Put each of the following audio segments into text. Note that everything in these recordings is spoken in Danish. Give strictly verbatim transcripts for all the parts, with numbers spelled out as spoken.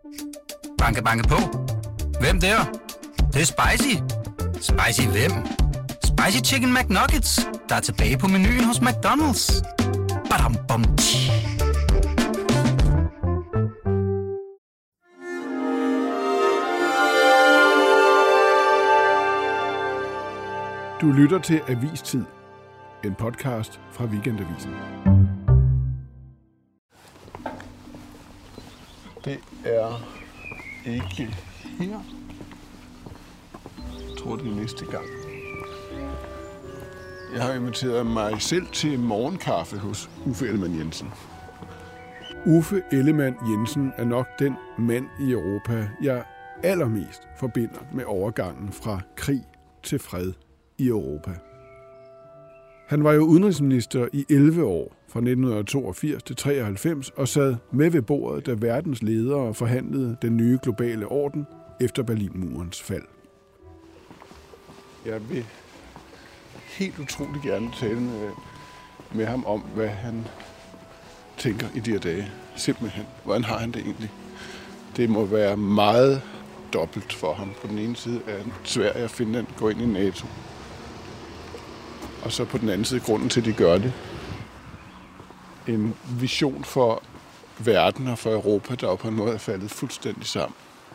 Banke, banke på. Hvem der? Det, det er spicy. Spicy hvem? Spicy Chicken McNuggets, der er tilbage på menuen hos McDonald's. Badum, bom, tji. Du lytter til Avistid, en podcast fra Weekendavisen. Det er ikke her. Jeg tror, det er næste gang. Jeg har inviteret mig selv til morgenkaffe hos Uffe Ellemann-Jensen. Uffe Ellemann-Jensen er nok den mand i Europa, jeg allermest forbinder med overgangen fra krig til fred i Europa. Han var jo udenrigsminister i elleve år, fra nitten toogfirs til treoghalvfems, og sad med ved bordet, da verdens ledere forhandlede den nye globale orden efter Berlinmurens fald. Jeg vil helt utroligt gerne tale med, med ham om, hvad han tænker i de her dage. Simpelthen. Hvordan har han det egentlig? Det må være meget dobbelt for ham. På den ene side er Sverige og Finland går ind i NATO. Og så på den anden side grunden til, at de gør det. En vision for verden og for Europa, der på en måde er faldet fuldstændig sammen.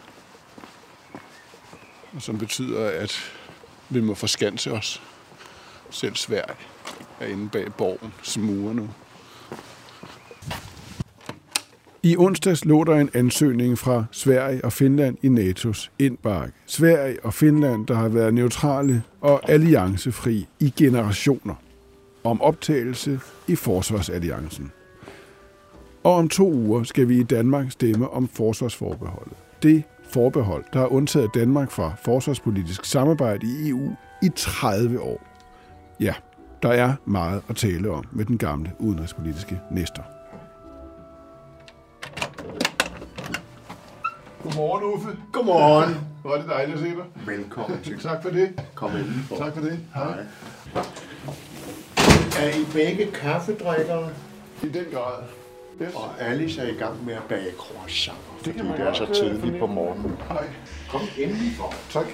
Og som betyder, at vi må forskanse os. Selv Sverige er inde bag borgens mure nu. I onsdags lå der en ansøgning fra Sverige og Finland i NATO's indbakke. Sverige og Finland, der har været neutrale og alliancefri i generationer, om optagelse i forsvarsalliancen. Og om to uger skal vi i Danmark stemme om forsvarsforbeholdet. Det forbehold, der har undtaget Danmark fra forsvarspolitisk samarbejde i E U i tredive år. Ja, der er meget at tale om med den gamle udenrigspolitiske Nestor. Godmorgen, Uffe. Godmorgen. Hvor er det dejligt at se dig. Velkommen til. Tak for det. Kom indenfor. Tak for det. Hej. Er I begge kaffedrikkere? I den grad. Yes. Og Alice er i gang med at bage croissanter, fordi det, det er så tidligt på morgenen. Hej. Kom indenfor. Tak.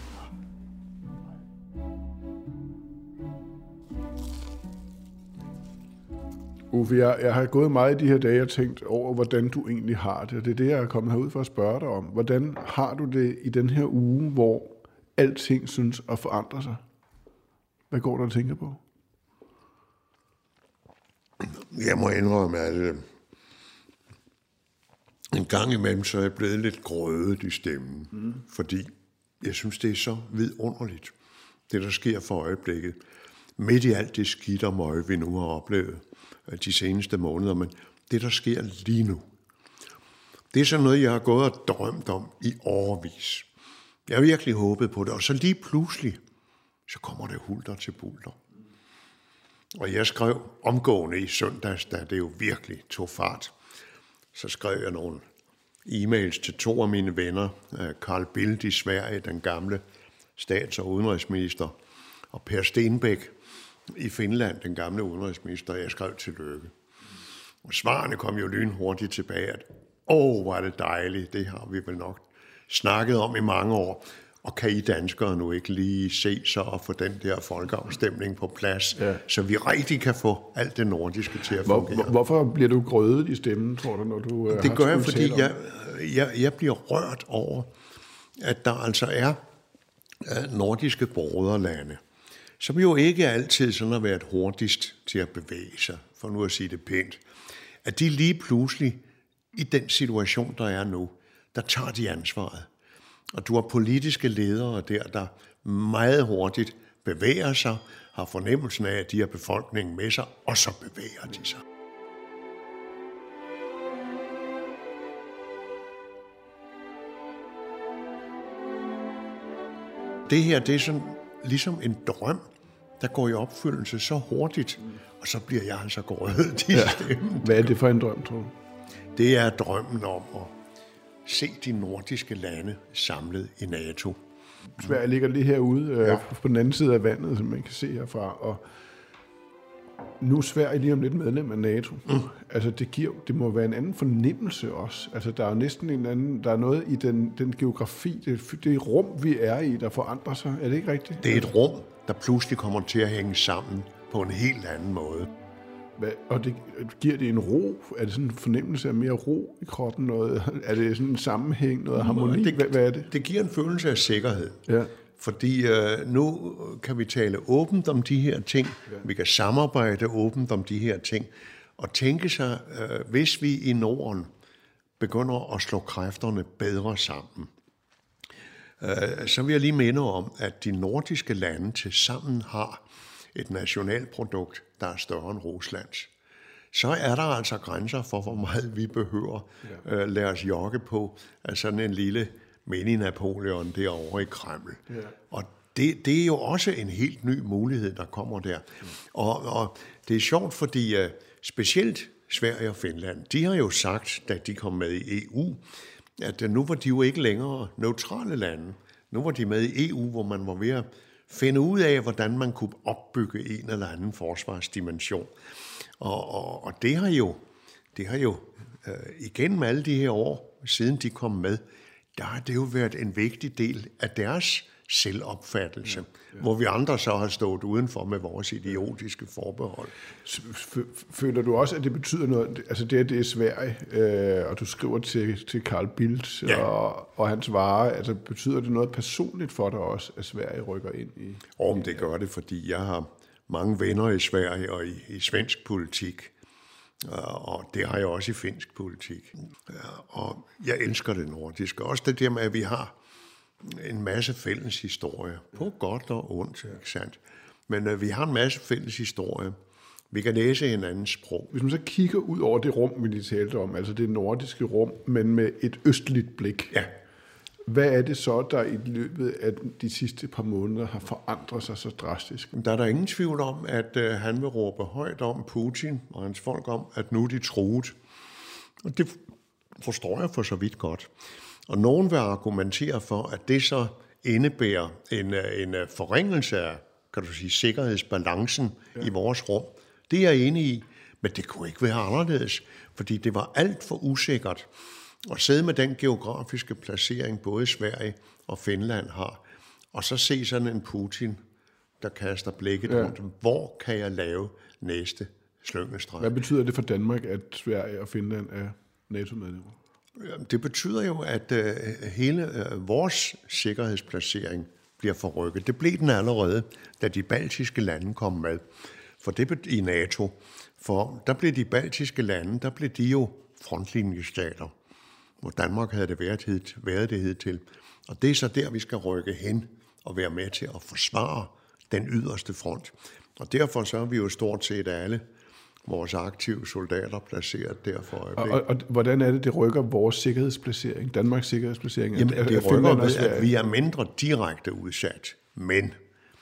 Uffe, jeg, jeg har gået meget i de her dage og tænkt over, hvordan du egentlig har det. Det er det, jeg er kommet herud for at spørge dig om. Hvordan har du det i den her uge, hvor alting synes at forandre sig? Hvad går der at tænke på? Jeg må indrømme, at en gang imellem så er jeg blevet lidt grødet i stemmen, mm. fordi jeg synes, det er så vidunderligt, det der sker for øjeblikket. Midt i alt det skidt og møg, vi nu har oplevet de seneste måneder, men det, der sker lige nu, det er sådan noget, jeg har gået og drømt om i årevis. Jeg har virkelig håbet på det, og så lige pludselig, så kommer det hulter til bulter. Og jeg skrev omgående i søndags, da det jo virkelig tog fart, så skrev jeg nogle e-mails til to af mine venner, Carl Bildt i Sverige, den gamle stats- og udenrigsminister, og Per Stenbæk i Finland, den gamle udenrigsminister, jeg skrev tillykke. Og svarene kom jo lynhurtigt tilbage, at åh, hvor er det dejligt, det har vi vel nok snakket om i mange år, og kan I danskere nu ikke lige se så og få den der folkeafstemning på plads, ja. Så vi rigtig kan få alt det nordiske til at Hvor, fungere. Hvorfor bliver du grødet i stemmen, tror du, når du Det gør jeg, fordi jeg, jeg, jeg bliver rørt over, at der altså er nordiske broderlande, som jo ikke altid sådan har været hurtigst til at bevæge sig, for nu at sige det pænt, at de lige pludselig, i den situation, der er nu, der tager de ansvaret. Og du har politiske ledere der, der meget hurtigt bevæger sig, har fornemmelsen af, at de har befolkningen med sig, og så bevæger de sig. Det her, det er sådan ligesom en drøm, der går i opfyldelse så hurtigt, og så bliver jeg altså grødet i stemmen. Ja. Hvad er det for en drøm, tror du? Det er drømmen om at se de nordiske lande samlet i NATO. Sverige ligger lige herude ja. øh, på den anden side af vandet, som man kan se herfra. Og Nu er Sverige lige om lidt medlem af NATO. Mm. Altså det, giver, det må være en anden fornemmelse også. Altså der er næsten en anden, der er noget i den, den geografi, det, det rum, vi er i, der forandrer sig. Er det ikke rigtigt? Det er et rum, der pludselig kommer til at hænge sammen på en helt anden måde. Hvad, og det, giver det en ro? Er det sådan en fornemmelse af mere ro i kroppen? Noget? Er det sådan en sammenhæng, noget harmoni? Det, hvad, hvad er det? Det giver en følelse af sikkerhed. Ja. Fordi øh, nu kan vi tale åbent om de her ting. Ja. Vi kan samarbejde åbent om de her ting. Og tænke sig, øh, hvis vi i Norden begynder at slå kræfterne bedre sammen, øh, så vil jeg lige minde om, at de nordiske lande tilsammen har et nationalprodukt, der er større end Ruslands. Så er der altså grænser for, hvor meget vi behøver ja. øh, lade os jogge på af sådan en lille mini-Napoleon derovre i Kreml. Ja. Og det, det er jo også en helt ny mulighed, der kommer der. Mm. Og, og det er sjovt, fordi uh, specielt Sverige og Finland, de har jo sagt, da de kom med i E U, at uh, nu var de jo ikke længere neutrale lande. Nu var de med i E U, hvor man var ved at finde ud af, hvordan man kunne opbygge en eller anden forsvarsdimension. Og, og, og det har jo, det har jo uh, igennem alle de her år, siden de kom med, der har det jo været en vigtig del af deres selvopfattelse, ja, ja. Hvor vi andre så har stået udenfor med vores idiotiske forbehold. Føler du også, at det betyder noget, altså det, det er Sverige, øh, og du skriver til, til Carl Bildt ja. og, og hans varer, altså betyder det noget personligt for dig også, at Sverige rykker ind i? Om oh, det gør det, fordi jeg har mange venner i Sverige og i, i svensk politik, og det har jeg også i finsk politik. Og jeg elsker det nordiske. Også det der med, at vi har en masse fælles historie, på godt og ondt, ikke sandt? Men uh, vi har en masse fælles historie. Vi kan læse hinandens sprog. Hvis man så kigger ud over det rum, vi lige talte om, altså det nordiske rum, men med et østligt blik, ja. Hvad er det så, der i løbet af de sidste par måneder har forandret sig så drastisk? Der er der ingen tvivl om, at uh, han vil råbe højt om Putin og hans folk om, at nu er de truet. Og det forstår jeg for så vidt godt. Og nogen vil argumentere for, at det så indebærer en, en forringelse af, kan du sige, sikkerhedsbalancen ja. I vores rum. Det er jeg enig i, men det kunne ikke være anderledes, fordi det var alt for usikkert at sidde med den geografiske placering, både Sverige og Finland har, og så se sådan en Putin, der kaster blikket ja. Rundt. Hvor kan jeg lave næste slyngestreg? Hvad betyder det for Danmark, at Sverige og Finland er NATO-medlemmer? Det betyder jo, at øh, hele øh, vores sikkerhedsplacering bliver forrykket. Det blev den allerede, da de baltiske lande kom med. For det i NATO. For der blev de baltiske lande, der blev de jo frontlinjestater, hvor Danmark havde det været, hed, været det hed til. Og det er så der, vi skal rykke hen og være med til at forsvare den yderste front. Og derfor så er vi jo stort set alle vores aktive soldater placeret derfor. Og, og, og hvordan er det, det rykker vores sikkerhedsplacering, Danmarks sikkerhedsplacering? Jamen, det er rykker ved, at vi er mindre direkte udsat, men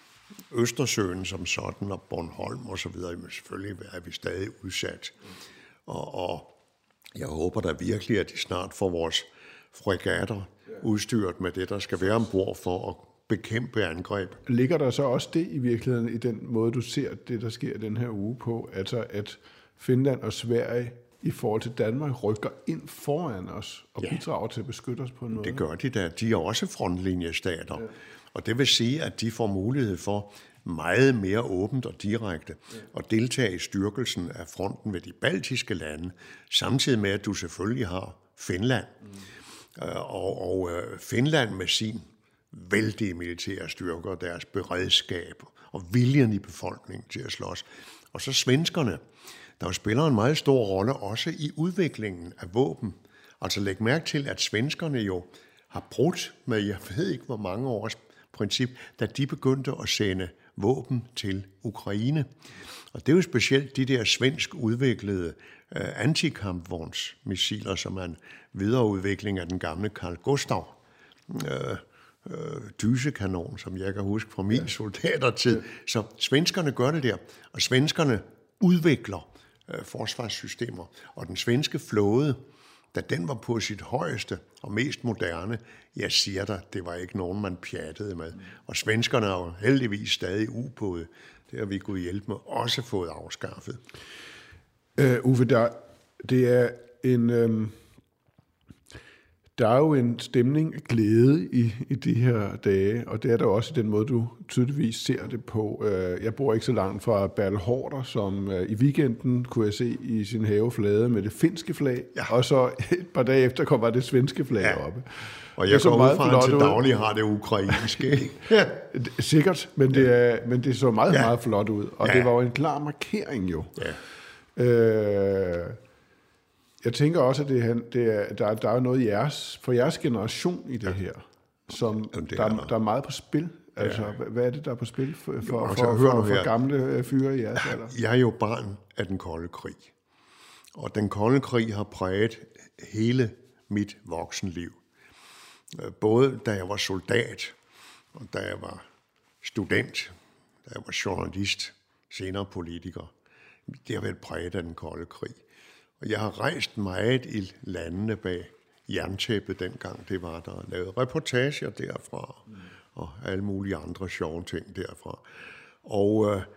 Østersøen som sådan, og Bornholm og så videre, men selvfølgelig er vi stadig udsat. Og, og jeg håber da virkelig, at de snart får vores fregatter udstyret med det, der skal være ombord for at bekæmpe angreb. Ligger der så også det i virkeligheden i den måde, du ser det, der sker den her uge på, altså at Finland og Sverige i forhold til Danmark rykker ind foran os og ja. Bidrager til at beskytte os på en måde? Det gør de da. De er også frontlinjestater. Ja. Og det vil sige, at de får mulighed for meget mere åbent og direkte ja. At deltage i styrkelsen af fronten ved de baltiske lande, samtidig med, at du selvfølgelig har Finland. Mm. Og, og Finland med sin vældige militære styrker, deres beredskab og viljen i befolkningen til at slås. Og så svenskerne, der jo spiller en meget stor rolle også i udviklingen af våben. Altså læg mærke til, at svenskerne jo har brudt med, jeg ved ikke hvor mange års princip, da de begyndte at sende våben til Ukraine. Og det er jo specielt de der svensk udviklede uh, antikampvognsmissiler, som er en videreudvikling af den gamle Carl Gustaf uh, uh, dysekanon, som jeg kan huske fra min ja. Soldatertid. Ja. Så svenskerne gør det der, og svenskerne udvikler uh, forsvarssystemer. Og den svenske flåde, da den var på sit højeste og mest moderne, jeg siger dig, det var ikke nogen, man pjattede med. Og svenskerne er jo heldigvis stadig ubåde Det har vi Gud hjælpe med også fået afskaffet. Uh, Uffe, der, det er en... Um Der er jo en stemning af glæde i, i de her dage, og det er der også i den måde, du tydeligvis ser det på. Jeg bor ikke så langt fra Bertel Haarder, som i weekenden kunne jeg se i sin have flade med det finske flag, ja. Og så et par dage efter kommer det svenske flag ja. Oppe. Og jeg går ud fra, til daglig har det ukrainske. Ja. Sikkert, men det, er, men det så meget, ja. meget flot ud, og ja. Det var jo en klar markering jo. Ja. Øh, Jeg tænker også, at det, det er, der, der er noget jeres, for jeres generation i det ja. Her, som Jamen, det der, er der er meget på spil. Altså, ja. Hvad er det, der er på spil for, for, jo, altså, for, for, for gamle fyre i jeres alder? Jeg er jo barn af den kolde krig, og den kolde krig har præget hele mit voksenliv. Både da jeg var soldat, og da jeg var student, da jeg var journalist, senere politiker. Det har været præget af den kolde krig. Og jeg har rejst meget i landene bag jerntæppet, dengang det var der, lavet reportager derfra, mm. og alle mulige andre sjove ting derfra. Og øh,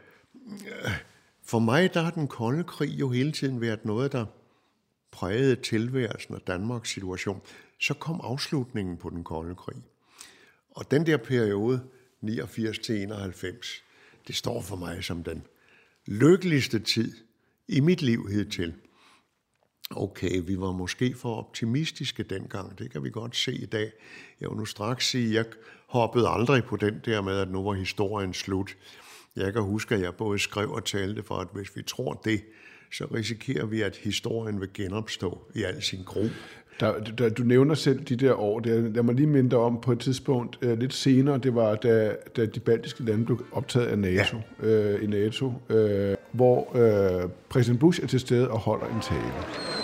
for mig, der har den kolde krig jo hele tiden været noget, der prægede tilværelsen af Danmarks situation. Så kom afslutningen på den kolde krig. Og den der periode, niogfirs til enoghalvfems, det står for mig som den lykkeligste tid i mit liv hidtil. Okay, vi var måske for optimistiske dengang, det kan vi godt se i dag. Jeg vil nu straks sige, at jeg hoppede aldrig på den der med, at nu var historien slut. Jeg kan huske, at jeg både skrev og talte for, at hvis vi tror det, så risikerer vi, at historien vil genopstå i al sin gru. Der, der, du nævner selv de der år, der, der må lige minde om på et tidspunkt uh, lidt senere, det var da, da de baltiske lande blev optaget af NATO, ja. uh, i NATO, uh, hvor uh, præsident Bush er til stede og holder en tale.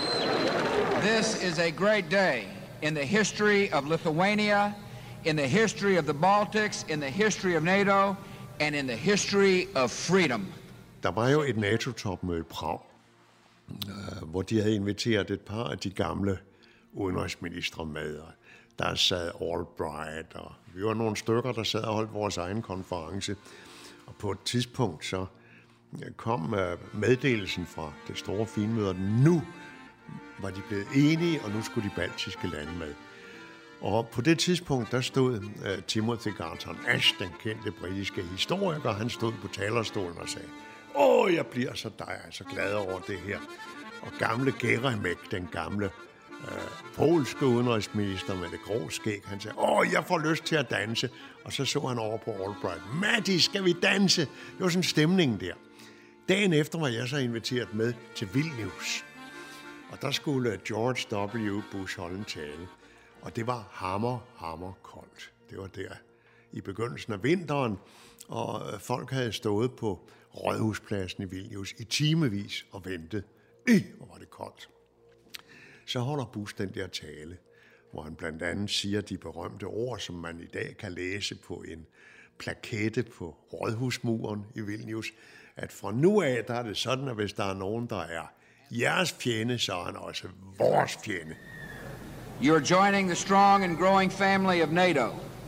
This is a great day in the history of Lithuania, in the history of the Baltics, in the history of NATO, and in the history of freedom. Der var jo et NATO-topmøde i Prag, uh, hvor de havde inviteret et par af de gamle udenrigsministre med. Der sad Albright, og vi var nogle stykker, der sad og holdt vores egen konference. Og på et tidspunkt så kom meddelelsen fra det store finmøde, at nu var de blevet enige, og nu skulle de baltiske lande med. Og på det tidspunkt, der stod uh, Timothy Garton Ash, den kendte britiske historiker, han stod på talerstolen og sagde, åh, jeg bliver så dig, så glad over det her. Og gamle Geremek, den gamle Uh, polske udenrigsminister med det grå skæg, han sagde, åh, jeg får lyst til at danse. Og så så han over på Albright, Matti, skal vi danse? Det var sådan stemningen der. Dagen efter var jeg så inviteret med til Vilnius. Og der skulle George W. Bush holde en tale. Og det var hammer, hammer koldt. Det var der i begyndelsen af vinteren, og folk havde stået på Rådhuspladsen i Vilnius i timevis og ventet. Øh, hvor var det koldt. Så holder Bush den der tale, hvor han blandt andet siger de berømte ord, som man i dag kan læse på en plakette på Rådhusmuren i Vilnius, at fra nu af, der er det sådan, at hvis der er nogen, der er jeres fjende, så er han også vores fjende. You're joining the strong and growing family of NATO.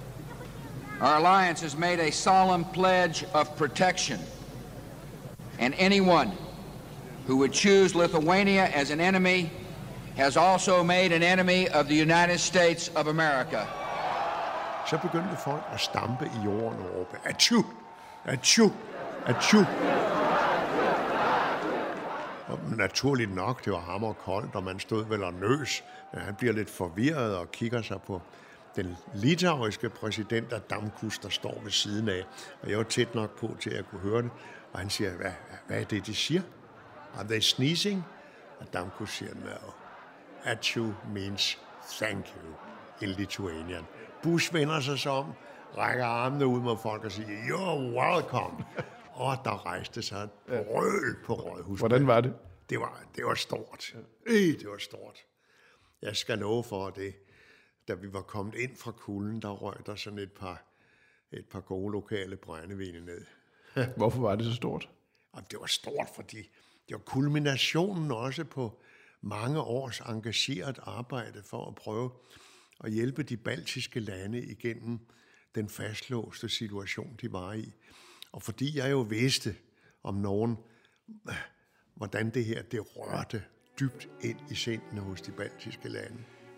Our alliance has made a solemn pledge of protection. And anyone who would choose Lithuania as an enemy has also made an enemy of the United States of America. Så begyndte folk at stampe i jorden og råbe, Atsju! Atsju! Atsju! Og naturligt nok, det var hammerkoldt, og man stod vel og nøs. Men han bliver lidt forvirret og kigger sig på den litauiske præsident Adamkus, der står ved siden af. Og jeg var tæt nok på til at kunne høre det. Og han siger, hvad, hvad er det, de siger? Are they sneezing? Adamkus siger, no. Atsju means thank you in Lithuanian. Bush vender sig så om, rækker armene ud mod folk og siger, you're welcome. Og der rejste sig et brøl på Rådhuspladsen. Hvordan var det? Det var, det var stort. Øh, det var stort. Jeg skal love for det. Da vi var kommet ind fra kulden, der røg der sådan et par, et par gode lokale brændevine ned. Hvorfor var det så stort? Det var stort, fordi det var kulminationen også på mange års engageret arbejde for at prøve at hjælpe de baltiske lande igennem den fastlåste situation, de var i. Og fordi jeg jo vidste om nogen, hvordan det her, det rørte dybt ind i sindene hos de baltiske lande.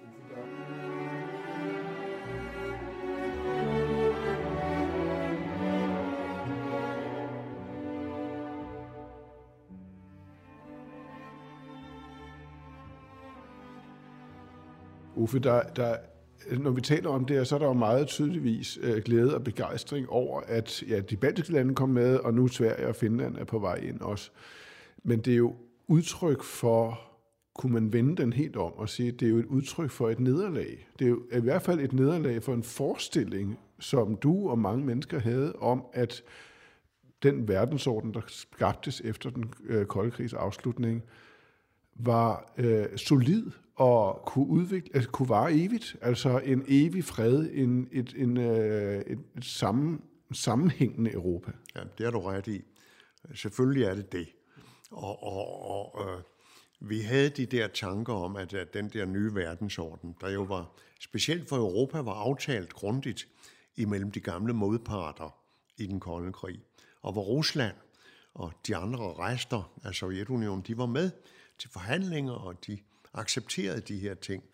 Uffe, der, der, når vi taler om det, så er der jo meget tydeligvis øh, glæde og begejstring over, at ja, de baltiske lande kom med, og nu Sverige og Finland er på vej ind også. Men det er jo udtryk for, kunne man vende den helt om og sige, det er jo et udtryk for et nederlag. Det er jo i hvert fald et nederlag for en forestilling, som du og mange mennesker havde om, at den verdensorden, der skabtes efter den øh, kolde krigs afslutning, var øh, solid og kunne udvikle, altså kunne vare evigt, altså en evig fred, en, et, en, øh, et, et sammen, sammenhængende Europa. Ja, det har du ret i. Selvfølgelig er det det. Og, og, og øh, vi havde de der tanker om, at, at den der nye verdensorden, der jo var, specielt for Europa, var aftalt grundigt imellem de gamle modparter i den kolde krig, og hvor Rusland og de andre rester af Sovjetunionen, de var med til forhandlinger, og de accepterede de her ting.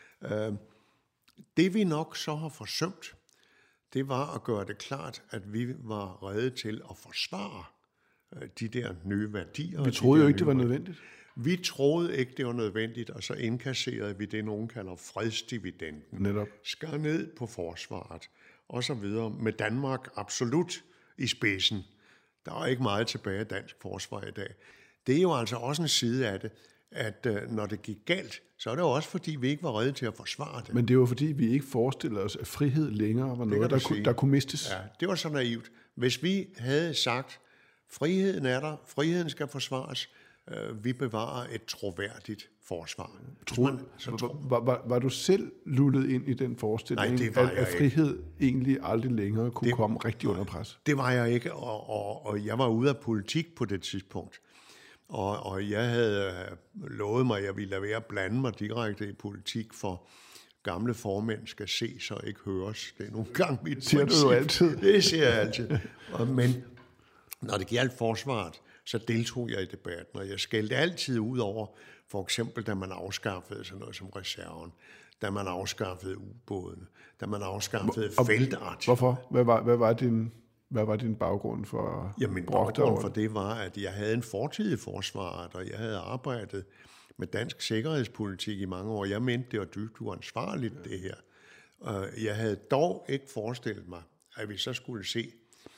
Det vi nok så har forsømt, det var at gøre det klart, at vi var rede til at forsvare de der nye værdier. Vi troede jo ikke, det var nødvendigt. Vi troede ikke, det var nødvendigt, og så indkasserede vi det, nogen kalder fredsdividenden. Netop. Skar ned på forsvaret, og så videre. Med Danmark absolut i spidsen. Der er ikke meget tilbage af dansk forsvar i dag. Det er jo altså også en side af det, at øh, når det gik galt, så er det jo også fordi, vi ikke var rede til at forsvare det. Men det var fordi, vi ikke forestillede os, at frihed længere var noget, der kunne, der kunne mistes. Ja, det var så naivt. Hvis vi havde sagt, friheden er der, friheden skal forsvares, øh, vi bevarer et troværdigt forsvar. Tror, man, tro... var, var, var du selv lullet ind i den forestilling, Nej, at, at frihed ikke. egentlig aldrig længere kunne det, komme rigtig under pres? Det var jeg ikke, og, og, og jeg var ude af politik på det tidspunkt. Og, og jeg havde lovet mig, at jeg ville lade være at blande mig direkte i politik, for gamle formænd skal se, så ikke høres. Det er nogle gange mit siger princip. Du jo altid. Det siger jeg altid. Men når det gjaldt forsvaret, så deltog jeg i debatten, og jeg skældte altid ud over, for eksempel da man afskaffede sådan noget som reserven, da man afskaffede ubådene, da man afskaffede feltartilleri. Hvorfor? Hvad var, hvad var din... Hvad var din baggrund for? Ja, min baggrund for det var, at jeg havde en fortid i forsvaret, og jeg havde arbejdet med dansk sikkerhedspolitik i mange år. Jeg mente, det var dybt uansvarligt, det her. Jeg havde dog ikke forestillet mig, at vi så skulle se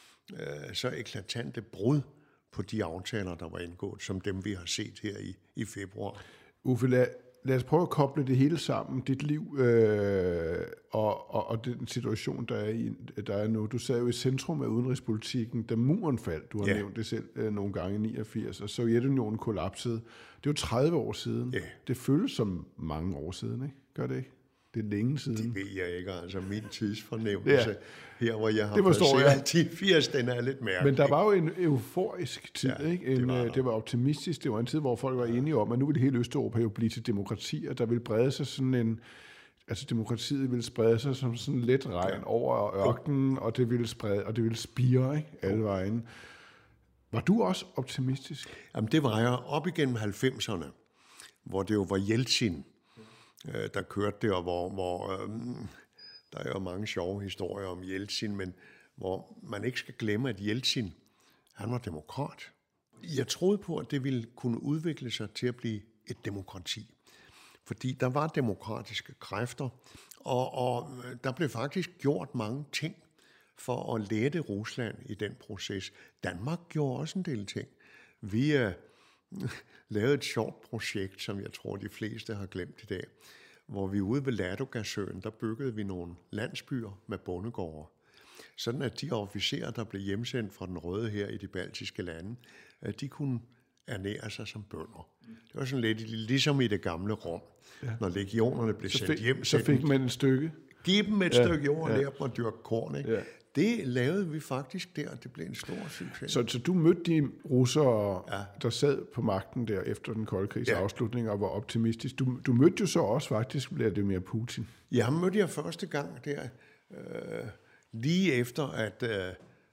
så eklatante brud på de aftaler, der var indgået, som dem, vi har set her i, i februar. Uffe, lad, lad os prøve at koble det hele sammen, dit liv øh, og, og, og den situation, der er, i, der er nu. Du sad jo i centrum af udenrigspolitikken, da muren faldt. Du har ja. nævnt det selv øh, nogle gange i niogfirs, og Sovjetunionen kollapsede. Det er jo tredive år siden. Ja. Det føles som mange år siden, ikke? Gør det ikke? Det er længe siden. Det ved jeg ikke, altså min tidsfornemmelse, ja. her hvor jeg har det passeret de firs, den er lidt mærkelig. Men der var jo en euforisk tid, ja, ikke? En, det, var det var optimistisk, det var en tid, hvor folk var enige om, at nu ville hele Østeuropa jo blive til demokrati, og der ville brede sig sådan en, altså demokratiet ville sprede sig som sådan let regn ja. over ørkenen, og det ville sprede, og det ville spire, ikke? Alle vejen. Var du også optimistisk? Jamen det var jeg op igennem halvfemserne, hvor det jo var Jeltsin, der kørte det, og hvor, hvor øh, der er jo mange sjove historier om Jeltsin, men hvor man ikke skal glemme, at Jeltsin, han var demokrat. Jeg troede på, at det ville kunne udvikle sig til at blive et demokrati, fordi der var demokratiske kræfter, og, og der blev faktisk gjort mange ting for at lette Rusland i den proces. Danmark gjorde også en del ting. Vi øh, lavede et sjovt projekt, som jeg tror, de fleste har glemt i dag, hvor vi ude ved Ladogasøen, der byggede vi nogle landsbyer med bondegårde, sådan at de officerer, der blev hjemsendt fra den røde her i de baltiske lande, at de kunne ernære sig som bønder. Det var sådan lidt ligesom i det gamle Rom, ja. Når legionerne blev så sendt fik, hjem. Så fik man et stykke. Giv dem et ja, stykke jord og ja. lære dem at dyrke korn. Ikke? Ja. Det lavede vi faktisk der, og det blev en stor succes. Så, så du mødte de russere, ja. der sad på magten der efter den kolde krigs ja. afslutning og var optimistisk. Du, du mødte jo så også faktisk Vladimir Putin. Ja, ham mødte jeg første gang der, øh, lige efter at øh,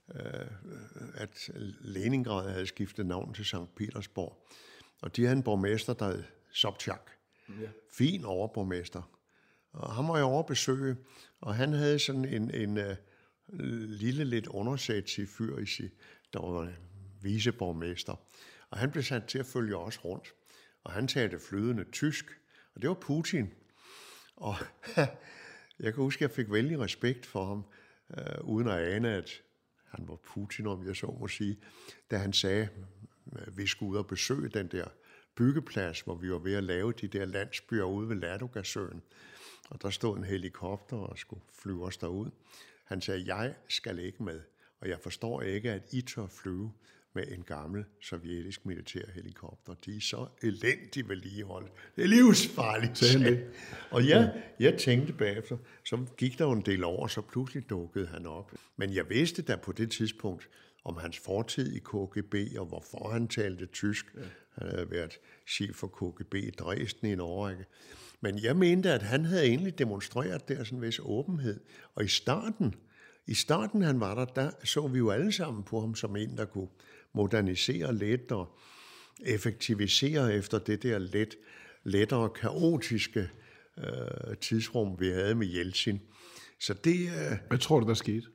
at Leningrad havde skiftet navn til Sankt Petersborg. Og de havde en borgmester, der hed Sobchak. Ja. Fin overborgmester. Og han var jeg over at besøge, og han havde sådan en, en uh, lille, lidt undersætsig fyr i sig, der var viceborgmester. Og han blev sat til at følge os rundt. Og han talte flydende tysk, og det var Putin. Og jeg kan huske, at jeg fik vældig respekt for ham, uh, uden at ane, at han var Putin, om jeg så må sige, da han sagde, at vi skulle ud og besøge den der byggeplads, hvor vi var ved at lave de der landsbyer ude ved Ladogasøen. Og der stod en helikopter og skulle flyve os derud. Han sagde, jeg skal ikke med, og jeg forstår ikke, at I tør flyve med en gammel sovjetisk militærhelikopter. De er så elendigt vedligeholdt. Det er livsfarligt. Sagde det. Og jeg, jeg tænkte bagefter, så gik der jo en del over, så pludselig dukkede han op. Men jeg vidste da på det tidspunkt, om hans fortid i K G B, og hvorfor han talte tysk. Ja. Han havde været chef for K G B i Dresden i en årrække. Men jeg mente, at han havde egentlig demonstreret der sådan en vis åbenhed. Og i starten, i starten han var der, der så vi jo alle sammen på ham som en, der kunne modernisere lidt og effektivisere efter det der let, lettere kaotiske øh, tidsrum, vi havde med Jeltsin. Så det... Øh, Hvad tror du, der skete?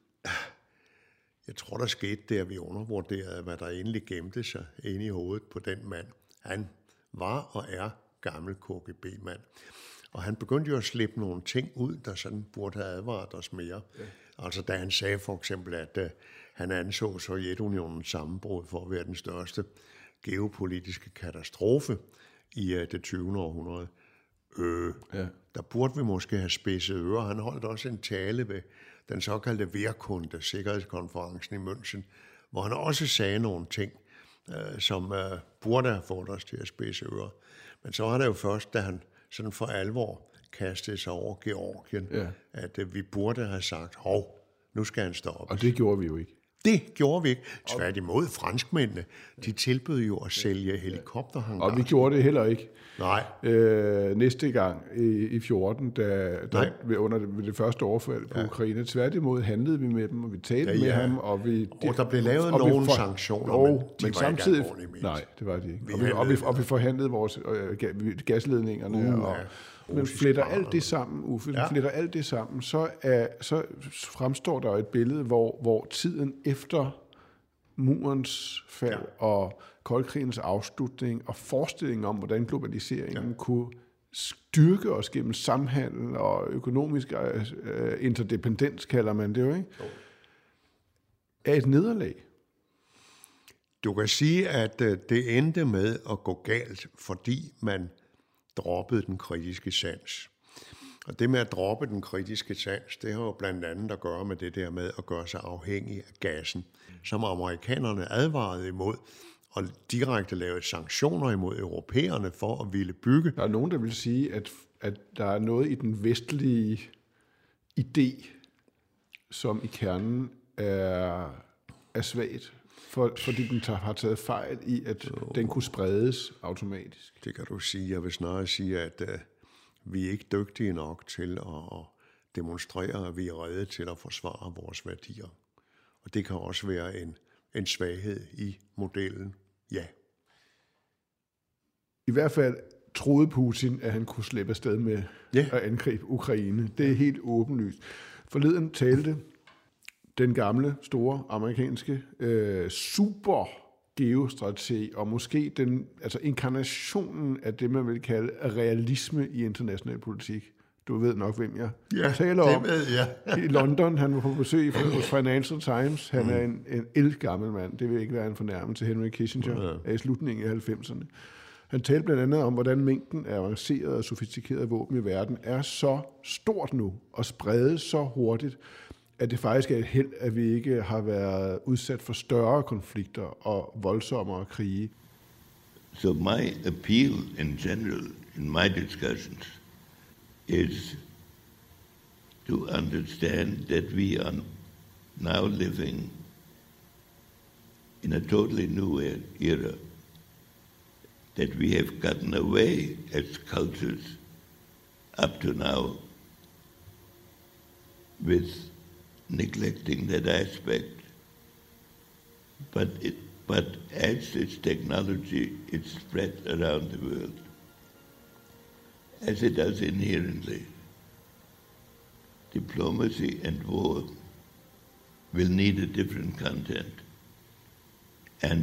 Jeg tror, der skete det, at vi undervurderede, hvad der egentlig gemte sig inde i hovedet på den mand. Han var og er gammel K G B-mand. Og han begyndte jo at slippe nogle ting ud, der sådan burde have advaret os mere. Ja. Altså da han sagde for eksempel, at uh, han anså Sovjetunionens sammenbrud for at være den største geopolitiske katastrofe i uh, det tyvende århundrede. Øh, ja. Der burde vi måske have spidset ører. Han holdt også en tale ved den såkaldte Wehrkunde, sikkerhedskonferencen i München, hvor han også sagde nogle ting, uh, som uh, burde have fået os til at spidse ører. Men så var det jo først, da han sådan for alvor kastede sig over Georgien, ja. at uh, vi burde have sagt, hov, nu skal han stoppe. Og det gjorde vi jo ikke. Det gjorde vi ikke. Tværtimod, franskmændene, de tilbød jo at sælge helikopterhangar. Og vi gjorde det heller ikke. Nej. Øh, næste gang i, i fjorten, da, da ved, under det, ved det første overfald på ja. Ukraine, tværtimod handlede vi med dem, og vi talte ja, ja. med ham. Og, vi, og der blev lavet nogle for, sanktioner, og, men de men var samtidig, ikke nej, det var de ikke. Vi og, vi, og, vi, og vi forhandlede vores øh, gasledningerne. Uh, og, ja. Men fletter alt det sammen, Uffe, ja. fletter alt det sammen, så, er, så fremstår der et billede, hvor, hvor tiden efter murens fald ja. og koldkrigens afslutning og forestillingen om, hvordan globaliseringen ja. kunne styrke os gennem samhandel og økonomisk uh, interdependens, kalder man det jo, ikke? Jo. Er et nederlag. Du kan sige, at det endte med at gå galt, fordi man droppede den kritiske sans. Og det med at droppe den kritiske sans, det har jo blandt andet at gøre med det der med at gøre sig afhængig af gassen, som amerikanerne advarede imod, og direkte lavede sanktioner imod europæerne for at ville bygge. Der er nogen, der vil sige, at, at der er noget i den vestlige idé, som i kernen er, er svagt. For, fordi den tager, har taget fejl i, at jo. den kunne spredes automatisk. Det kan du sige. Jeg vil snarere sige, at uh, vi er ikke dygtige nok til at, at demonstrere, at vi er rede til at forsvare vores værdier. Og det kan også være en, en svaghed i modellen. Ja. I hvert fald troede Putin, at han kunne slippe afsted med ja. at angribe Ukraine. Det er helt åbenlyst. Forleden talte den gamle, store amerikanske øh, super geostrateg, og måske den, altså inkarnationen af det, man vil kalde realisme i international politik. Du ved nok, hvem jeg ja, taler om. Ved jeg. I London, han var på besøg hos Financial Times. Han mm. er en, en ældgammel mand. Det vil ikke være en fornærmelse til Henry Kissinger ja. af i slutningen af halvfemserne. Han talte blandt andet om, hvordan mængden af avancerede og sofistikerede våben i verden er så stort nu, og spredes så hurtigt, at det faktisk er et held, at vi ikke har været udsat for større konflikter og voldsommere krige. So my appeal in general in my discussions is to understand that we are now living in a totally new era, that we have gotten away as cultures up to now with neglecting that aspect But it, but as this technology is spread around the world, as it does inherently, diplomacy and war will need a different content, and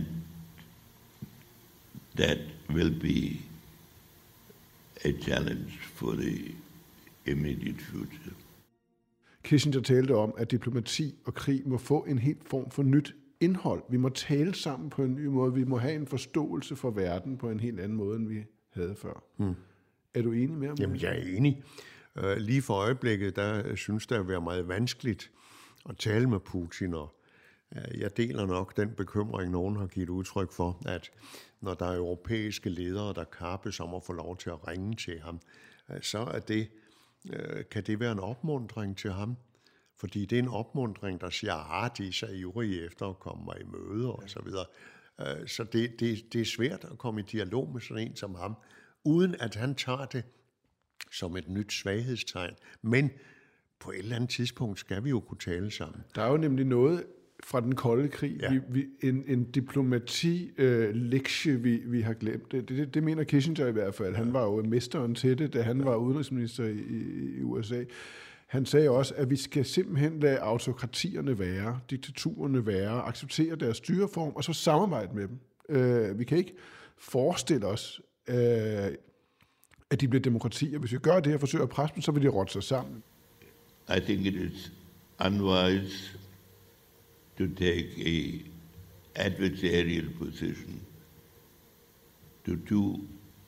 that will be a challenge for the immediate future. Kissinger talte om, at diplomati og krig må få en helt form for nyt indhold. Vi må tale sammen på en ny måde. Vi må have en forståelse for verden på en helt anden måde, end vi havde før. Hmm. Er du enig med ham? Jamen, jeg er enig. Uh, lige for øjeblikket, der synes det at være meget vanskeligt at tale med Putin, og uh, jeg deler nok den bekymring, nogen har givet udtryk for, at når der er europæiske ledere, der kappes om at få lov til at ringe til ham, uh, så er det, uh, kan det være en opmuntring til ham. Fordi det er en opmuntring, der siger, at de er så ivrige efter at komme mig i møde og så videre. Uh, så det, det, det er svært at komme i dialog med sådan en som ham, uden at han tager det som et nyt svaghedstegn. Men på et eller andet tidspunkt skal vi jo kunne tale sammen. Der er jo nemlig noget fra den kolde krig, ja. vi, vi, en, en diplomati-lektie, øh, vi, vi har glemt. Det, det, det mener Kissinger i hvert fald. Han var jo mesteren til det, da han var udenrigsminister i, i U S A. Han sagde også, at vi skal simpelthen lade autokratierne være, diktaturerne være, acceptere deres styreform, og så samarbejde med dem. Øh, vi kan ikke forestille os, øh, at de bliver demokratier. Hvis vi gør det og forsøger at presse dem, så vil de rotte sig sammen. I think it is unwise to take a adversarial position to two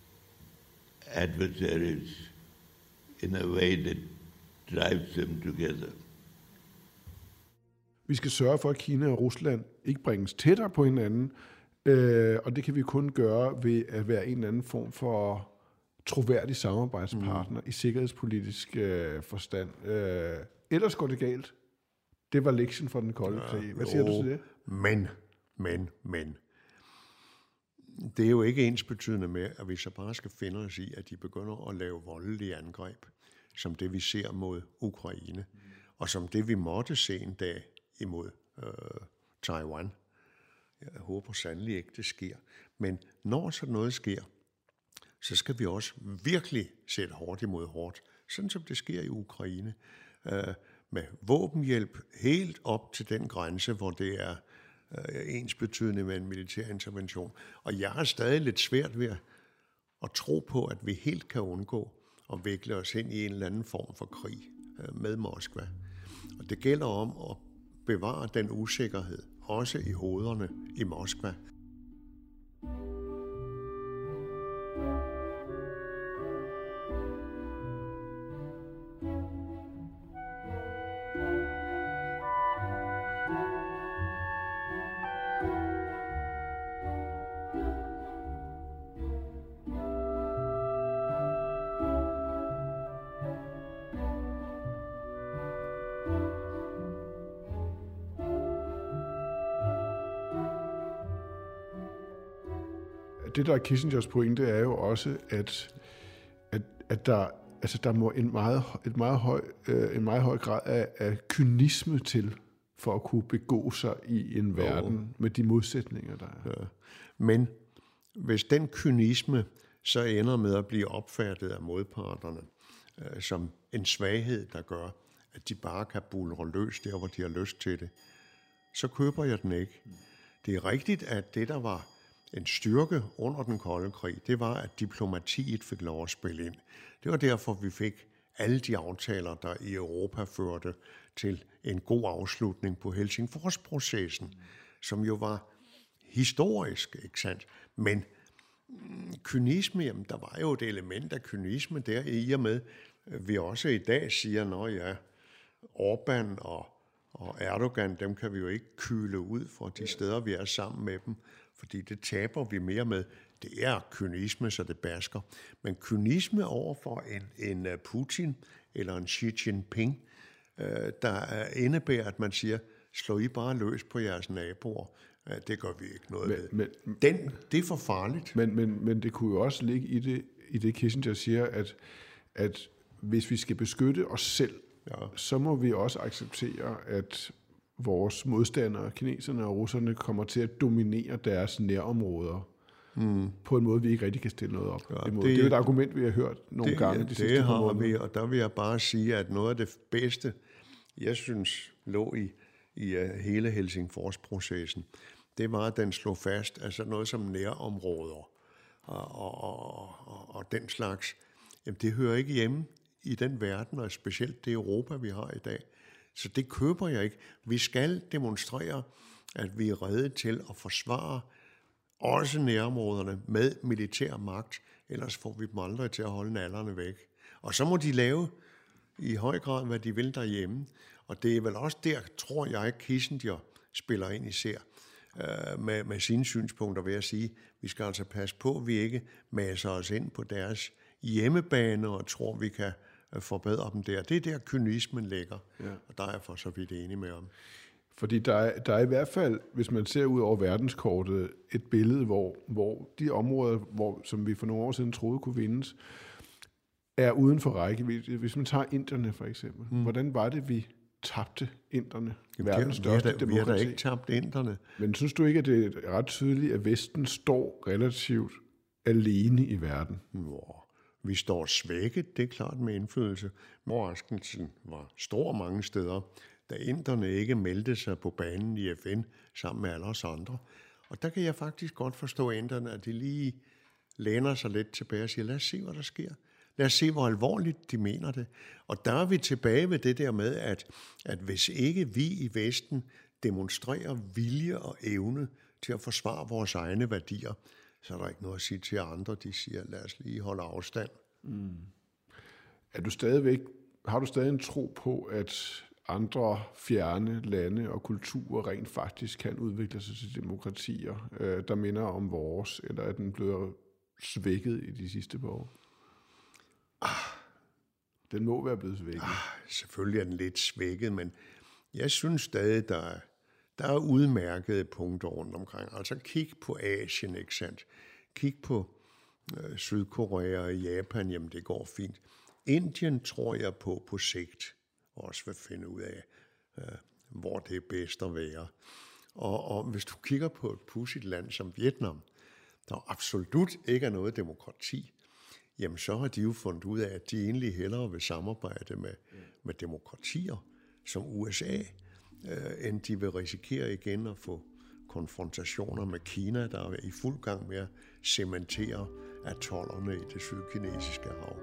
adversaries in a way that drives them together. Vi skal sørge for, at Kina og Rusland ikke bringes tættere på hinanden, øh, og det kan vi kun gøre ved at være en eller anden form for troværdig samarbejdspartner mm. i sikkerhedspolitisk øh, forstand. Øh, ellers går det galt. Det var lektien for den kolde krig. Hvad siger jo, du til det? Men, men, men. Det er jo ikke ensbetydende med, at vi så bare skal finde os i, at de begynder at lave voldelige angreb, som det vi ser mod Ukraine, mm. og som det vi måtte se en dag imod øh, Taiwan. Jeg håber sandelig ikke, det sker. Men når sådan noget sker, så skal vi også virkelig sætte hårdt imod hårdt, sådan som det sker i Ukraine, øh, med våbenhjælp helt op til den grænse, hvor det er øh, ensbetydende med en militær intervention. Og jeg har stadig lidt svært ved at tro på, at vi helt kan undgå at vikle os ind i en eller anden form for krig øh, med Moskva. Og det gælder om at bevare den usikkerhed, også i hovederne i Moskva. Det, der er Kissingers pointe, er jo også, at, at, at der, altså der må en meget, et meget høj, øh, en meget høj grad af, af kynisme til, for at kunne begå sig i en verden oh. med de modsætninger, der er. Ja. Men hvis den kynisme så ender med at blive opfattet af modparterne øh, som en svaghed, der gør, at de bare kan bulre løs der, hvor de har lyst til det, så køber jeg den ikke. Det er rigtigt, at det, der var en styrke under den kolde krig, det var, at diplomatiet fik lov at spille ind. Det var derfor, vi fik alle de aftaler, der i Europa førte til en god afslutning på Helsingforsprocessen, som jo var historisk, ikke sandt? Men kynisme, jamen, der var jo et element af kynisme der, i og med, vi også i dag siger, nå ja, Orbán og, og Erdogan, dem kan vi jo ikke kyle ud fra de steder, vi er sammen med dem, fordi det taber vi mere med. Det er kynisme, så det basker. Men kynisme over for en, en Putin eller en Xi Jinping, øh, der indebærer, at man siger, slå I bare løs på jeres naboer. Det gør vi ikke noget men, ved. Men, Den, det er for farligt. Men, men, men det kunne jo også ligge i det, i det Kissinger siger, at, at hvis vi skal beskytte os selv, ja. så må vi også acceptere, at vores modstandere, kineserne og russerne, kommer til at dominere deres nærområder mm. på en måde, vi ikke rigtig kan stille noget op ja, imod. Det, det er jo et argument, vi har hørt nogle det, gange de det sidste par måneder. Vi, og der vil jeg bare sige, at noget af det bedste, jeg synes, lå i, i hele Helsingfors-processen, det var, at den slog fast, altså noget som nærområder og, og, og, og, og den slags, jamen det hører ikke hjemme i den verden, og specielt det Europa, vi har i dag. Så det køber jeg ikke. Vi skal demonstrere, at vi er rede til at forsvare også nærområderne med militær magt, ellers får vi dem aldrig til at holde nallerne væk. Og så må de lave i høj grad, hvad de vil derhjemme. Og det er vel også der, tror jeg, Kissinger spiller ind især øh, med, med sine synspunkter ved at sige, vi skal altså passe på, at vi ikke masser os ind på deres hjemmebane og tror, vi kan forbedre dem der. Det er der, kynismen ligger, ja. Og der er jeg for så vidt enig med om. Fordi der er, der er i hvert fald, hvis man ser ud over verdenskortet, et billede, hvor, hvor de områder, hvor, som vi for nogle år siden troede kunne vindes, er uden for rækkevidde. Hvis man tager inderne for eksempel. Mm. Hvordan var det, vi tabte inderne? Verdens største demokrati. Vi har da ikke tabt inderne. Men synes du ikke, at det er ret tydeligt, at Vesten står relativt alene i verden? Wow. Vi står svækket, det er klart, med indflydelse. Overraskelsen var stor mange steder, da inderne ikke meldte sig på banen i F N sammen med alle os andre. Og der kan jeg faktisk godt forstå inderne, at de lige læner sig lidt tilbage og siger, lad os se, hvad der sker. Lad os se, hvor alvorligt de mener det. Og der er vi tilbage ved det der med, at, at hvis ikke vi i Vesten demonstrerer vilje og evne til at forsvare vores egne værdier, så er der ikke noget at sige til andre. De siger, lad os lige holde afstand. Mm. Er du stadigvæk, har du stadig en tro på, at andre fjerne lande og kulturer rent faktisk kan udvikle sig til demokratier, øh, der minder om vores, eller er den blevet svækket i de sidste par år? Ah. Den må være blevet svækket. Ah, selvfølgelig er den lidt svækket, men jeg synes stadig, der er, der er udmærkede punkter rundt omkring. Altså kig på Asien, ikke sandt? Kig på øh, Sydkorea og Japan, jamen det går fint. Indien tror jeg på på sigt også vil finde ud af, øh, hvor det er bedst at være. Og, og hvis du kigger på et pudsigt land som Vietnam, der absolut ikke er noget demokrati, jamen så har de jo fundet ud af, at de egentlig hellere vil samarbejde med, med demokratier som U S A, øh, end de vil risikere igen at få konfrontationer med Kina, der er i fuld gang med at cementere atollerne i det sydkinesiske hav.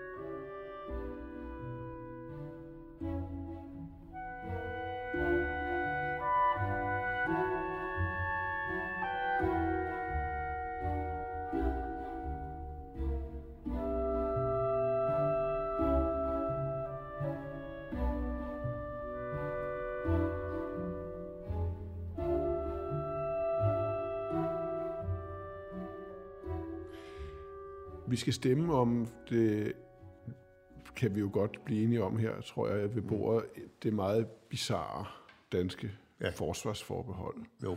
Vi skal stemme om det, kan vi jo godt blive enige om her, tror jeg, ved bordet, det meget bizarre danske ja. forsvarsforbehold. Jo.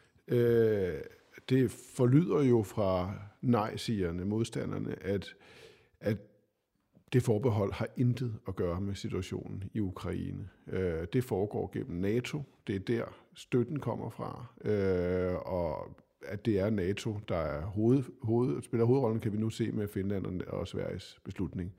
Øh, det forlyder jo fra nej-sigerne, modstanderne, at, at det forbehold har intet at gøre med situationen i Ukraine. Øh, det foregår gennem NATO, det er der støtten kommer fra, øh, og at det er NATO, der er hoved, hoved, spiller hovedrollen, kan vi nu se med Finland og Sveriges beslutning.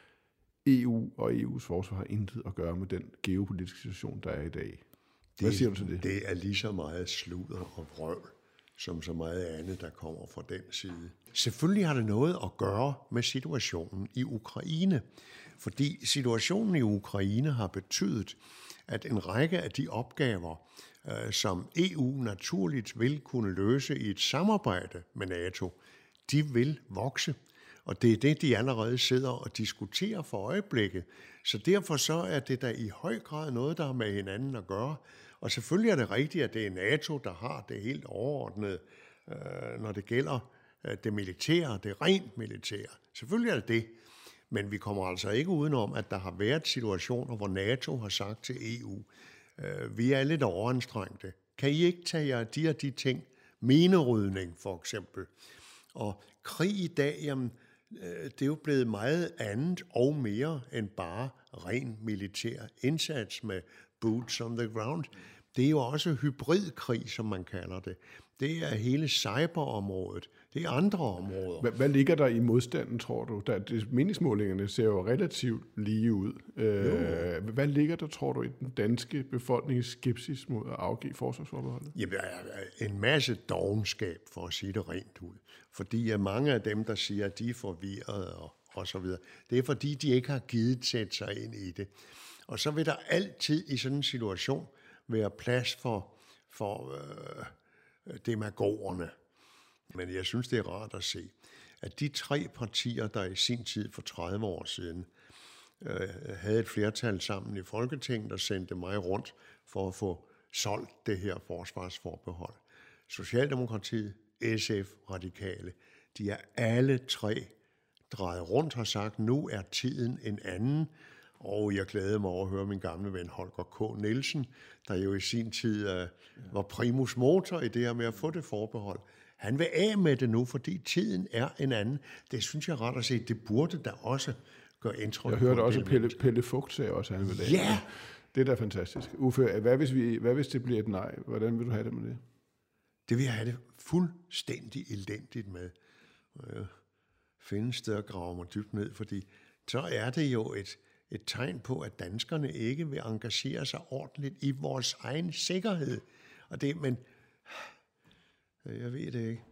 E U og E U's forsvar har intet at gøre med den geopolitiske situation, der er i dag. Hvad det, siger du til det? Det er lige så meget sludder og vrøvl, som så meget andet, der kommer fra den side. Selvfølgelig har det noget at gøre med situationen i Ukraine, fordi situationen i Ukraine har betydet, at en række af de opgaver, øh, som E U naturligt vil kunne løse i et samarbejde med NATO, de vil vokse. Og det er det, de allerede sidder og diskuterer for øjeblikket. Så derfor så er det da i høj grad noget, der har med hinanden at gøre. Og selvfølgelig er det rigtigt, at det er NATO, der har det helt overordnet, øh, når det gælder øh, det militære, det rent militære. Selvfølgelig er det det. Men vi kommer altså ikke udenom, at der har været situationer, hvor NATO har sagt til E U, øh, vi er lidt overanstrengte. Kan I ikke tage jer de og de ting? Minerydning for eksempel. Og krig i dag, jamen, det er jo blevet meget andet og mere end bare ren militær indsats med boots on the ground. Det er jo også hybridkrig, som man kalder det. Det er hele cyberområdet. Det er andre områder. Hvad, hvad ligger der i modstanden, tror du? Der, det, meningsmålingerne ser jo relativt lige ud. Øh, hvad ligger der, tror du, i den danske befolkningens skepsis mod at afgive forsvarsforbeholdet? Jamen, en masse dovenskab, for at sige det rent ud. Fordi mange af dem, der siger, at de er forvirrede og, og så videre, det er fordi, de ikke har givet sætte sig ind i det. Og så vil der altid i sådan en situation være plads for, for øh, demagogerne. Men jeg synes, det er rart at se, at de tre partier, der i sin tid for tredive år siden øh, havde et flertal sammen i Folketinget og sendte mig rundt for at få solgt det her forsvarsforbehold. Socialdemokratiet, S F, Radikale, de er alle tre drejet rundt og har sagt, nu er tiden en anden. Og jeg glæder mig over at høre min gamle ven Holger K. Nielsen, der jo i sin tid uh, var primus motor i det her med at få det forbehold. Han vil af med det nu, fordi tiden er en anden. Det synes jeg er ret at se. Det burde da også gøre indtryk. Jeg hørte også, Pelle, Pelle Fugt sagde også, at han vil af. Ja! Det er da fantastisk. Uffe, hvad hvis, vi, hvad hvis det bliver et nej? Hvordan vil du have det med det? Det vil jeg have det fuldstændig elendigt med. Jeg finde et sted at grave mig dybt ned, fordi så er det jo et et tegn på, at danskerne ikke vil engagere sig ordentligt i vores egen sikkerhed. Og det, men jeg ved det ikke.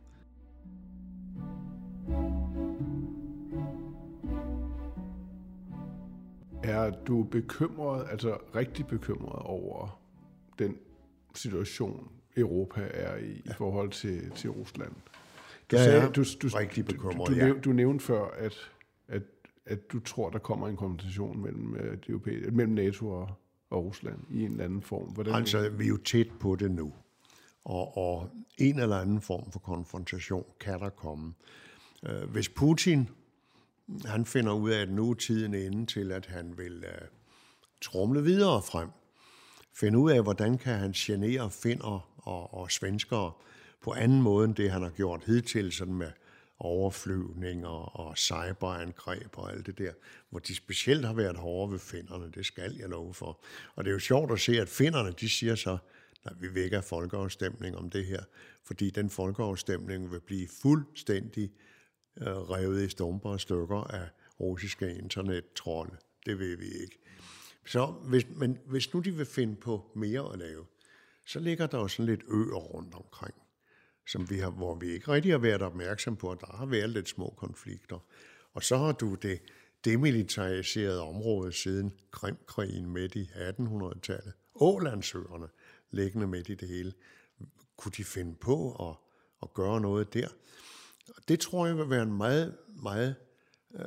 Er du bekymret, altså rigtig bekymret over den situation, Europa er i, ja. i forhold til, til Rusland? Du ja, sagde, ja. du, du, rigtig bekymret, du, du, ja. du, du nævnte før, at, at at du tror, der kommer en konfrontation mellem, de europæiske, mellem NATO og, og Rusland i en eller anden form. Hvordan altså, vi er jo tæt på det nu, og, og en eller anden form for konfrontation kan der komme. Hvis Putin, han finder ud af, at nu er tiden inde til, at han vil uh, tromle videre frem, finde ud af, hvordan kan han genere finner og, og svenskere på anden måde, end det, han har gjort hidtil, sådan med overflyvninger og cyberangreb og alt det der, hvor de specielt har været hårde ved finnerne, det skal jeg love for. Og det er jo sjovt at se, at finnerne, de siger så, at vi vil ikke have folkeafstemning om det her, fordi den folkeafstemning vil blive fuldstændig øh, revet i stumper og stykker af russiske internettrolde. Det vil vi ikke. Så hvis, men hvis nu de vil finde på mere at lave, så ligger der jo sådan lidt øer rundt omkring, som vi har, hvor vi ikke rigtig har været opmærksom på, at der har været lidt små konflikter. Og så har du det demilitariserede område siden Krimkrigen midt i attenhundredetallet. Ålandsøerne liggende midt i det hele. Kunne de finde på at, at gøre noget der? Det tror jeg vil være en meget, meget øh,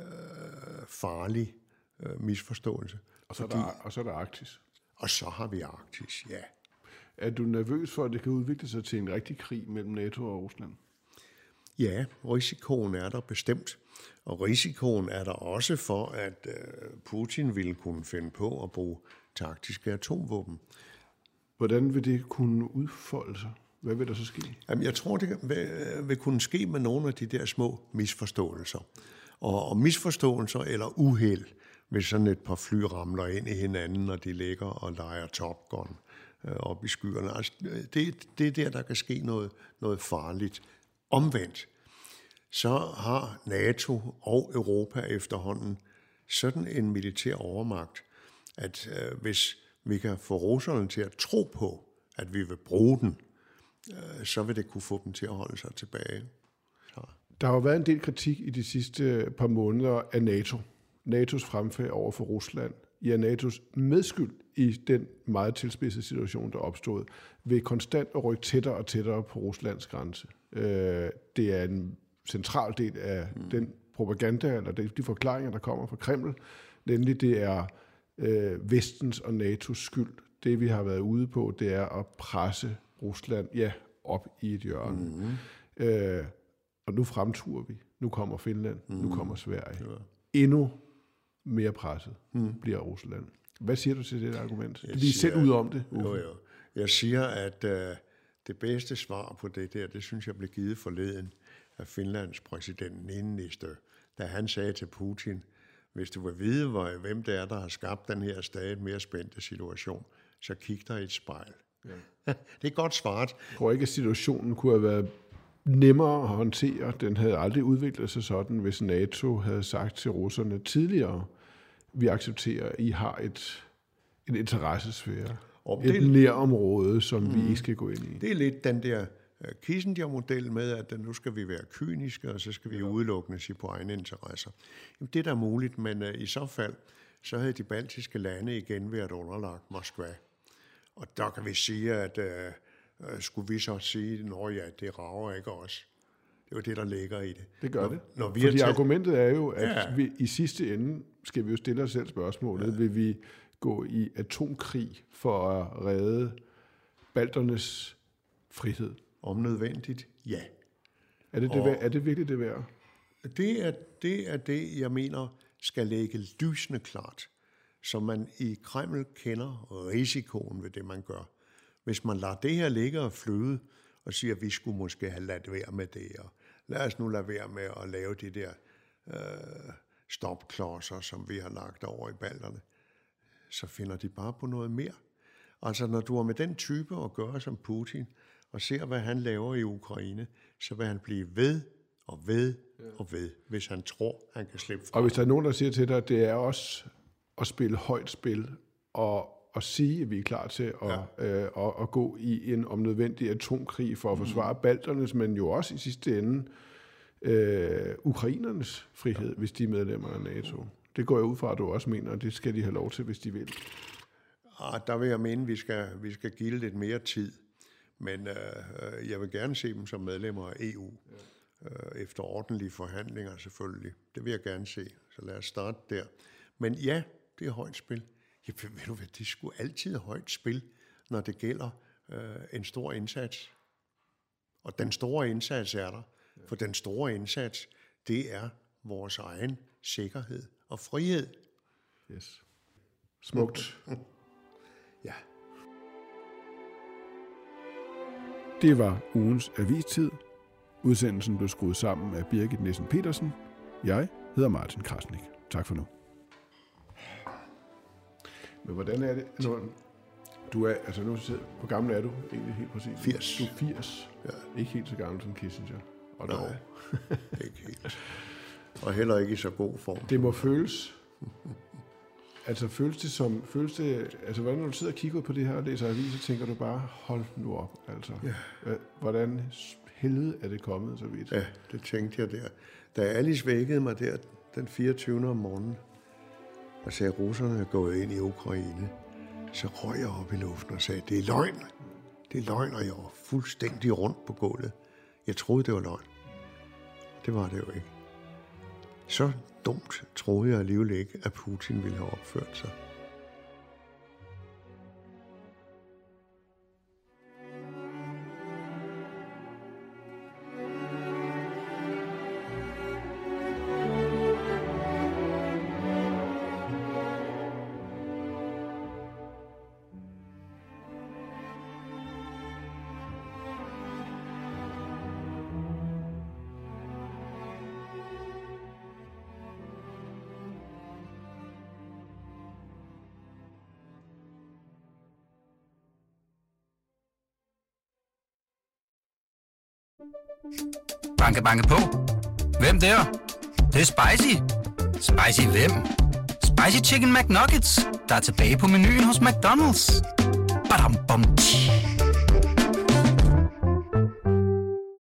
farlig øh, misforståelse. Og så, fordi, der, og så er der Arktis. Og så har vi Arktis, ja. Er du nervøs for, at det kan udvikle sig til en rigtig krig mellem NATO og Rusland? Ja, risikoen er der bestemt. Og risikoen er der også for, at Putin ville kunne finde på at bruge taktiske atomvåben. Hvordan vil det kunne udfolde sig? Hvad vil der så ske? Jamen, jeg tror, det vil, vil kunne ske med nogle af de der små misforståelser. Og, og misforståelser eller uheld, hvis sådan et par fly ramler ind i hinanden, når de ligger og leger Top Gun op i skyerne. Altså, det, det er der, der kan ske noget, noget farligt. Omvendt, så har NATO og Europa efterhånden sådan en militær overmagt, at øh, hvis vi kan få russerne til at tro på, at vi vil bruge den, øh, så vil det kunne få dem til at holde sig tilbage. Så. Der har jo været en del kritik i de sidste par måneder af NATO. NATO's fremfærd over for Rusland. I er NATO's medskyld i den meget tilspidsede situation, der opstod, ved konstant at rykke tættere og tættere på Ruslands grænse. Det er en central del af mm. den propaganda, eller de forklaringer, der kommer fra Kreml, nemlig det er Vestens og NATO's skyld. Det, vi har været ude på, det er at presse Rusland, ja, op i et hjørne. Mm. Øh, og nu fremturer vi. Nu kommer Finland, mm. nu kommer Sverige. Ja. Endnu mere presset mm. bliver Rusland. Hvad siger du til det argument? Jeg vi er selv ud om det. Jo, jo. Jeg siger, at uh, det bedste svar på det der, det synes jeg blev givet forleden af Finlands præsident Niinistö, da han sagde til Putin, hvis du vil vide, hvem det er, der har skabt den her stadig mere spændte situation, så kig dig i et spejl. Ja. Det er godt svaret. Jeg tror ikke, at situationen kunne have været nemmere at håndtere. Den havde aldrig udviklet sig sådan, hvis NATO havde sagt til russerne tidligere, vi accepterer, at I har et, en interessesfære, og et det, nærområde, som mm, vi ikke skal gå ind i. Det er lidt den der Kissinger-model med, at nu skal vi være kyniske, og så skal vi ja. udelukkende sige på egne interesser. Jamen, det er da muligt, men uh, i så fald, så havde de baltiske lande igen været underlagt Moskva. Og der kan vi sige, at uh, uh, skulle vi så sige, at ja, det rager ikke os. Det er jo det, der ligger i det. Det gør når, det. Når vi Fordi taget... argumentet er jo, at ja. vi, i sidste ende skal vi jo stille os selv spørgsmålet, ja. vil vi gå i atomkrig for at redde balternes frihed? Om nødvendigt, ja. Er det, det, og er det virkelig det værd? Det er, det er det, jeg mener, skal lægge lysende klart, så man i Kreml kender risikoen ved det, man gør. Hvis man lader det her ligge og flyde, og siger, at vi skulle måske have ladt være med det, og lad os nu lade være med at lave de der øh, stopklodser, som vi har lagt over i balterne, så finder de bare på noget mere. Altså, når du er med den type at gøre som Putin, og ser, hvad han laver i Ukraine, så vil han blive ved og ved og ved, hvis han tror, han kan slippe fra. Og hvis der er nogen, der siger til dig, at det er også at spille højt spil, og at sige, at vi er klar til at, ja. øh, at, at gå i en om nødvendig atomkrig for at forsvare mm. balternes, men jo også i sidste ende øh, ukrainernes frihed, ja. hvis de er medlemmer af NATO. Det går jeg ud fra, at du også mener, at det skal de have lov til, hvis de vil. Ah, der vil jeg mene, at vi skal, vi skal give det lidt mere tid. Men øh, jeg vil gerne se dem som medlemmer af E U, ja. øh, efter ordentlige forhandlinger selvfølgelig. Det vil jeg gerne se, så lad os starte der. Men ja, det er højt spil. Ja, ved du hvad, det er sgu altid højt spil, når det gælder øh, en stor indsats. Og den store indsats er der, ja. for den store indsats, det er vores egen sikkerhed og frihed. Yes. Smukt. Ja. Det var ugens avistid. Udsendelsen blev skruet sammen af Birgit Nissen Petersen. Jeg hedder Martin Krasnik. Tak for nu. Men hvordan er det? Når du er, altså nu sidder, hvor gammel er du egentlig helt præcis? firs. Du er firs. Ja. Ikke helt så gammel som Kissinger. Og nej, ikke helt. Og heller ikke i så god form. Det må føles. Altså føles det som, føles det, altså hvordan når du sidder og kigger på det her og læser aviser, tænker du bare, hold nu op, altså. Ja. Hvordan helvede er det kommet så vidt? Ja, det tænkte jeg der. Da Alice vækkede mig der den fireogtyvende om morgenen, og sagde, at russerne er gået ind i Ukraine, så røg jeg op i luften og sagde, det er løgn. Det er løgn, og jeg var fuldstændig rundt på gulvet. Jeg troede, det var løgn. Det var det jo ikke. Så dumt troede jeg alligevel ikke, at Putin ville have opført sig. Banke, banke på. Hvem der? Det, det er spicy. Spicy hvem? Spicy Chicken McNuggets, der er tilbage på menuen hos McDonald's. Badum, bom, tji.